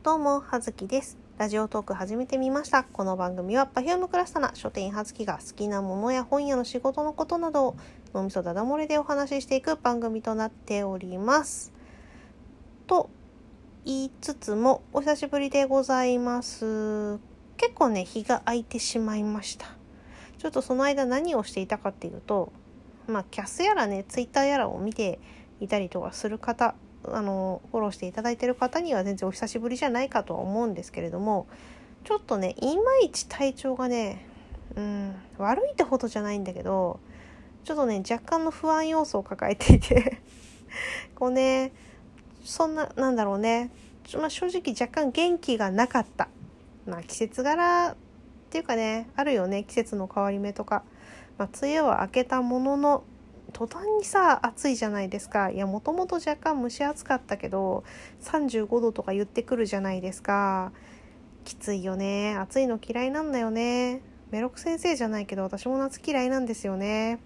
どうも、はずきです。ラジオトーク始めてみました。この番組は Perfume クラスタな書店員はずきが好きなものや本屋の仕事のことなどを脳みそだだ漏れでお話ししていく番組となっております。と言いつつもお久しぶりでございます。結構ね、日が空いてしまいました。ちょっとその間何をしていたかっていうと、キャスやらね、ツイッターやらを見ていたりとかする方、フォローしていただいている方には全然お久しぶりじゃないかとは思うんですけれども、ちょっとね、いまいち体調がね、悪いってほどじゃないんだけど、ちょっとね、若干の不安要素を抱えていてこうね、そんな、なんだろうね、正直若干元気がなかった。季節柄っていうかね、あるよね、季節の変わり目とか。梅雨は明けたものの、途端にさ、暑いじゃないですか。いや、もともと若干蒸し暑かったけど、35度とか言ってくるじゃないですか。きついよね。暑いの嫌いなんだよね。メロク先生じゃないけど、私も夏嫌いなんですよね。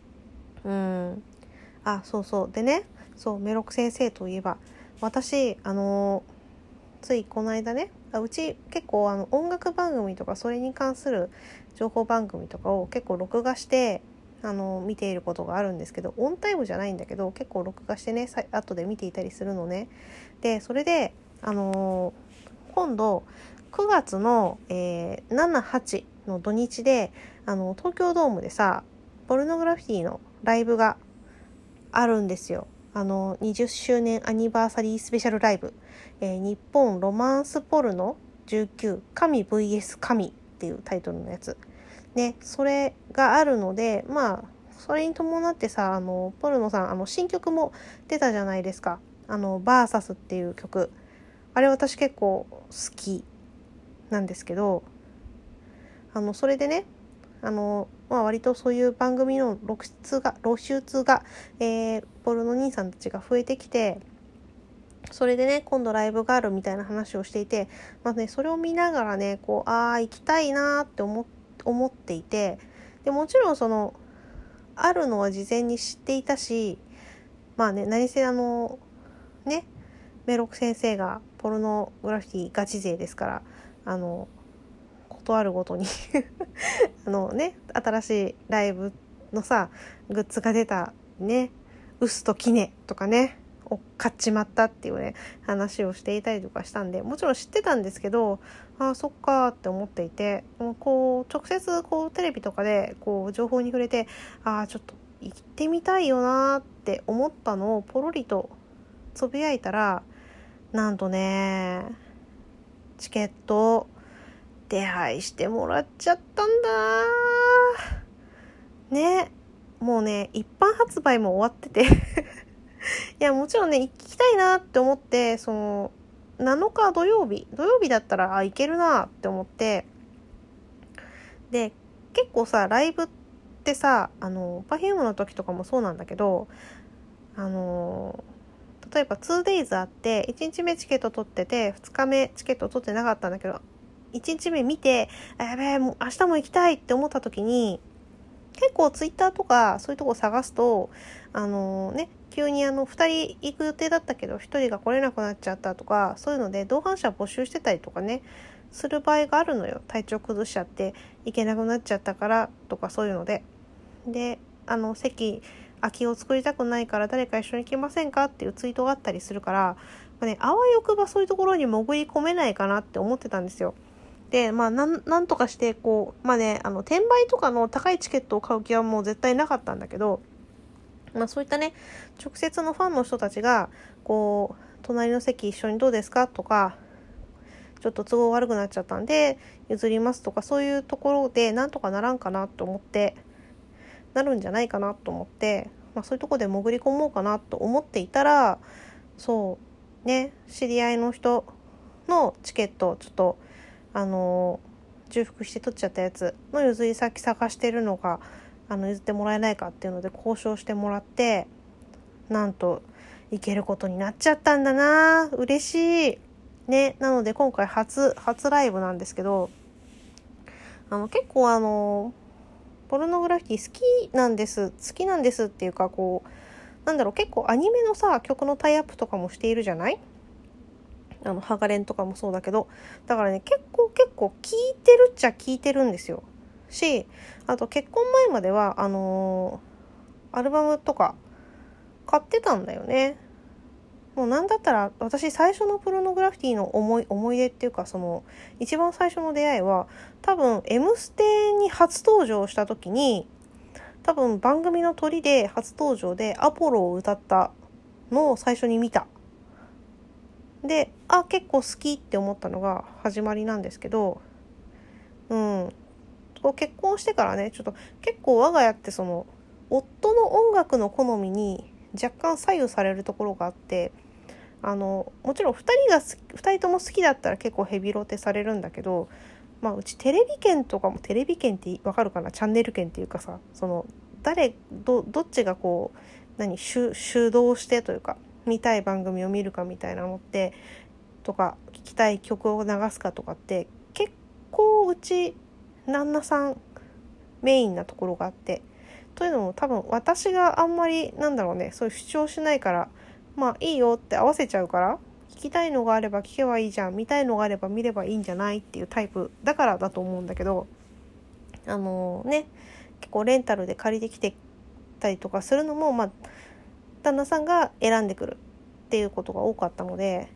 そうそう。でね、メロク先生といえば、私、ついこの間ね、うち結構音楽番組とかそれに関する情報番組とかを結構録画して見ていることがあるんですけど、オンタイムじゃないんだけど結構録画してね、後で見ていたりするのね。でそれで今度9月の、7、8の土日で東京ドームでさ、ポルノグラフィティのライブがあるんですよ。20周年アニバーサリースペシャルライブ、日本ロマンスポルノ19神 vs 神っていうタイトルのやつね、それがあるので、それに伴ってさ、ポルノさん新曲も出たじゃないですか。バーサスっていう曲、あれ私結構好きなんですけど、それでね、割とそういう番組の露出が、ポルノ兄さんたちが増えてきて、それでね、今度ライブがあるみたいな話をしていて、それを見ながらね、行きたいなって思っていて、でもちろんあるのは事前に知っていたし、何せメロク先生がポルノグラフィティガチ勢ですから、ことあるごとに新しいライブのさ、グッズが出たね、ウスとキネとかねを買っちまったっていうね話をしていたりとかしたんで、もちろん知ってたんですけど、そっかって思っていて、直接テレビとかで情報に触れて、ちょっと行ってみたいよなって思ったのをポロリとつぶやいたら、なんとね、チケット手配してもらっちゃったんだね。もうね、一般発売も終わってていや、もちろんね、行きたいなって思って、7日土曜日だったら行けるなって思って、で結構さ、ライブってさ、Perfume の時とかもそうなんだけど、例えば 2days あって1日目チケット取ってて2日目チケット取ってなかったんだけど、1日目見てやべえ、もう明日も行きたいって思った時に、結構ツイッターとかそういうとこ探すと急に2人行く予定だったけど1人が来れなくなっちゃったとか、そういうので同伴者募集してたりとかねする場合があるのよ。体調崩しちゃって行けなくなっちゃったからとか、そういうので席空きを作りたくないから誰か一緒に行きませんかっていうツイートがあったりするから、あわよくばそういうところに潜り込めないかなって思ってたんですよ。で、なんとかして転売とかの高いチケットを買う気はもう絶対なかったんだけど、そういったね、直接のファンの人たちが隣の席一緒にどうですかとか、ちょっと都合悪くなっちゃったんで譲りますとか、そういうところでなんとかならんかなと思って、なるんじゃないかなと思って、そういうところで潜り込もうかなと思っていたら、そうね、知り合いの人のチケットちょっと重複して取っちゃったやつの譲り先探してるのが譲ってもらえないかっていうので交渉してもらって、なんと行けることになっちゃったんだな。嬉しいね。なので今回初ライブなんですけど、結構ポルノグラフィティ好きなんですっていうか、結構アニメのさ曲のタイアップとかもしているじゃない。 ハガレンとかもそうだけど、だからね、結構聞いてるっちゃ聞いてるんですよ。あと結婚前までは、アルバムとか買ってたんだよね。もうなんだったら私最初のポルノグラフィティの思い出っていうか、その一番最初の出会いは多分 M ステに初登場した時に、多分番組の鳥で初登場でアポロを歌ったのを最初に見た。で、結構好きって思ったのが始まりなんですけど、結婚してからね、ちょっと結構我が家ってその夫の音楽の好みに若干左右されるところがあって、もちろん2人とも好きだったら結構ヘビロテされるんだけど、うちテレビ券とかも、テレビ券ってわかるかな、チャンネル券っていうかさ、そのどっちがこう主導してというか見たい番組を見るかみたいなのってとか、聴きたい曲を流すかとかって結構うち旦那さんメインなところがあって、というのも多分私があんまりそういう主張しないから、いいよって合わせちゃうから、聞きたいのがあれば聞けばいいじゃん、見たいのがあれば見ればいいんじゃないっていうタイプだからだと思うんだけど、結構レンタルで借りてきてたりとかするのも、旦那さんが選んでくるっていうことが多かったので、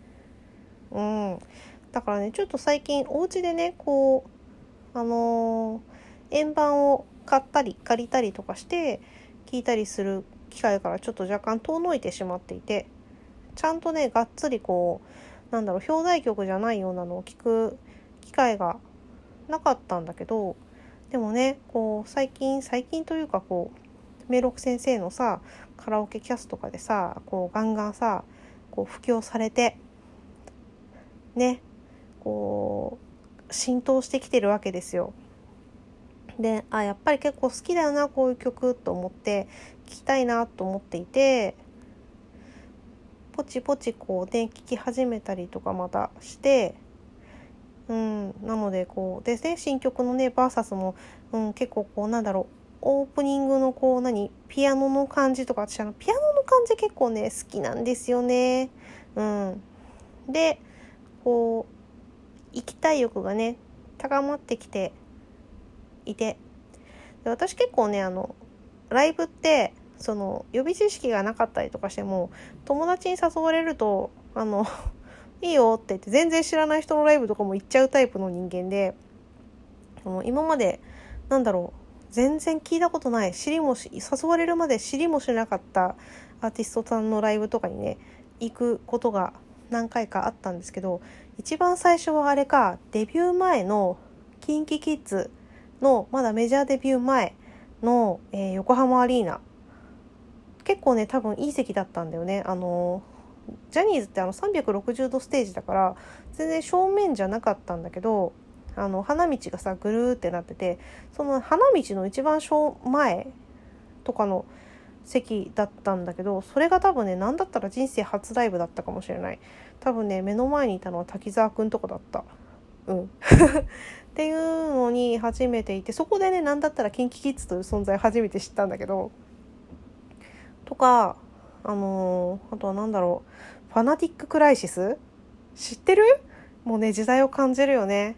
だからね、ちょっと最近お家でね、こう円盤を買ったり借りたりとかして聞いたりする機会からちょっと若干遠のいてしまっていて、ちゃんとねがっつりこう表題曲じゃないようなのを聞く機会がなかったんだけど、でもね、こう最近というか、こうメイロク先生のさカラオケキャスとかでさ、こうガンガンさこう布教されてね、こう浸透してきてるわけですよ。で、やっぱり結構好きだよなこういう曲と思って聴きたいなと思っていて、ポチポチこうね聴き始めたりとかまたして、なのでこうですね、新曲のねバーサスも、結構こうオープニングのこうピアノの感じとか、私ピアノの感じ結構ね好きなんですよね。でこう行きたい欲がね高まってきていて、で私結構ねライブってその予備知識がなかったりとかしても、友達に誘われるといいよって言って全然知らない人のライブとかも行っちゃうタイプの人間で、今まで全然聞いたことない、誘われるまで知りもしなかったアーティストさんのライブとかにね行くことが何回かあったんですけど、一番最初はあれか、デビュー前のキンキキッズのまだメジャーデビュー前の、横浜アリーナ、結構ね多分いい席だったんだよね。ジャニーズって360度ステージだから全然正面じゃなかったんだけど、花道がさぐるーってなってて、その花道の一番前とかの席だったんだけど、それが多分ねなんだったら人生初ライブだったかもしれない。多分ね目の前にいたのは滝沢くんとかだった。っていうのに初めていて、そこでねなんだったらキンキキッズという存在を初めて知ったんだけど、とかあとはファナティッククライシス知ってる？もうね時代を感じるよね。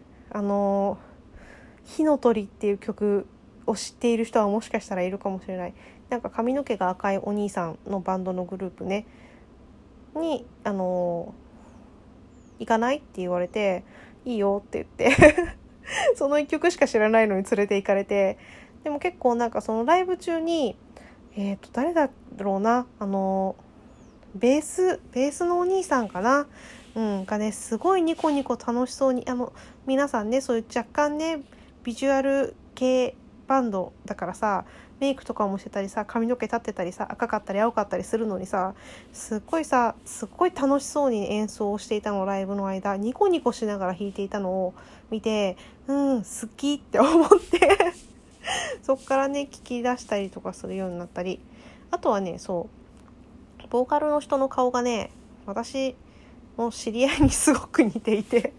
火の鳥っていう曲を知っている人はもしかしたらいるかもしれない。髪の毛が赤いお兄さんのバンドのグループねに行かないって言われて、いいよって言ってその一曲しか知らないのに連れて行かれて、でも結構そのライブ中に誰だろうな、ベースのお兄さんかな、がねすごいニコニコ楽しそうに、皆さんねそういう若干ねビジュアル系バンドだからさ、メイクとかもしてたりさ、髪の毛立ってたりさ、赤かったり青かったりするのにさ、すっごい楽しそうに演奏をしていたの。ライブの間ニコニコしながら弾いていたのを見て、好きって思ってそっからね聞き出したりとかするようになったり、あとはねボーカルの人の顔がね私の知り合いにすごく似ていて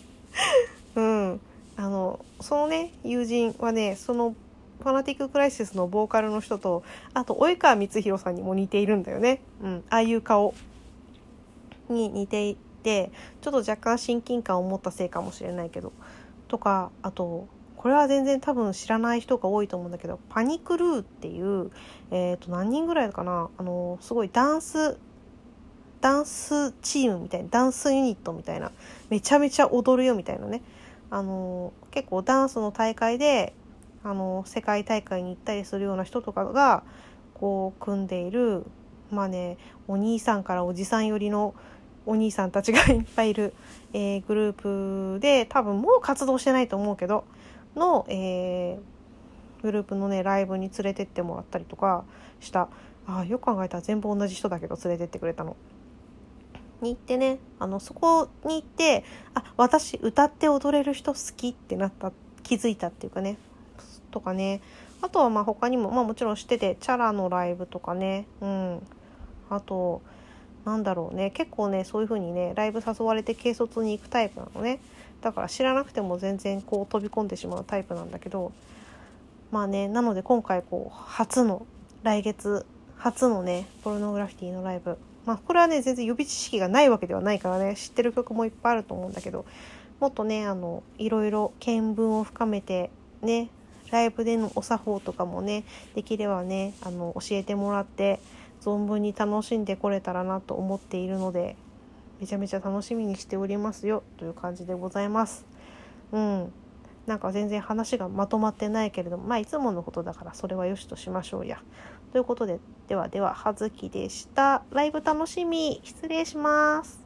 そのね友人はねそのファナティッククライシスのボーカルの人と、あと及川光博さんにも似ているんだよね。ああいう顔に似てて、ちょっと若干親近感を持ったせいかもしれないけど、とか、あとこれは全然多分知らない人が多いと思うんだけど、パニクルーっていう、何人ぐらいかな、すごいダンスチームみたいな、ダンスユニットみたいな、めちゃめちゃ踊るよみたいなね、結構ダンスの大会で世界大会に行ったりするような人とかがこう組んでいる、まあね、お兄さんからおじさん寄りのお兄さんたちがいっぱいいる、グループで、多分もう活動してないと思うけどの、グループのねライブに連れてってもらったりとかした。よく考えたら全部同じ人だけど連れてってくれたのに行ってね、そこに行って、私歌って踊れる人好きって気づいたっていうかね、とかね。あとはまあ他にも、もちろん知ってて、チャラのライブとかね、あとなんだろうね、結構ねそういう風にねライブ誘われて軽率に行くタイプなのね。だから知らなくても全然こう飛び込んでしまうタイプなんだけど、まあね、なので今回来月初のねポルノグラフィティのライブ、これはね全然予備知識がないわけではないからね、知ってる曲もいっぱいあると思うんだけど、もっとねいろいろ見聞を深めてね、ライブでのお作法とかもねできればね教えてもらって存分に楽しんでこれたらなと思っているので、めちゃめちゃ楽しみにしておりますよという感じでございます。なんか全然話がまとまってないけれども、いつものことだからそれはよしとしましょうや。ということで、でははずきでした。ライブ楽しみ。失礼します。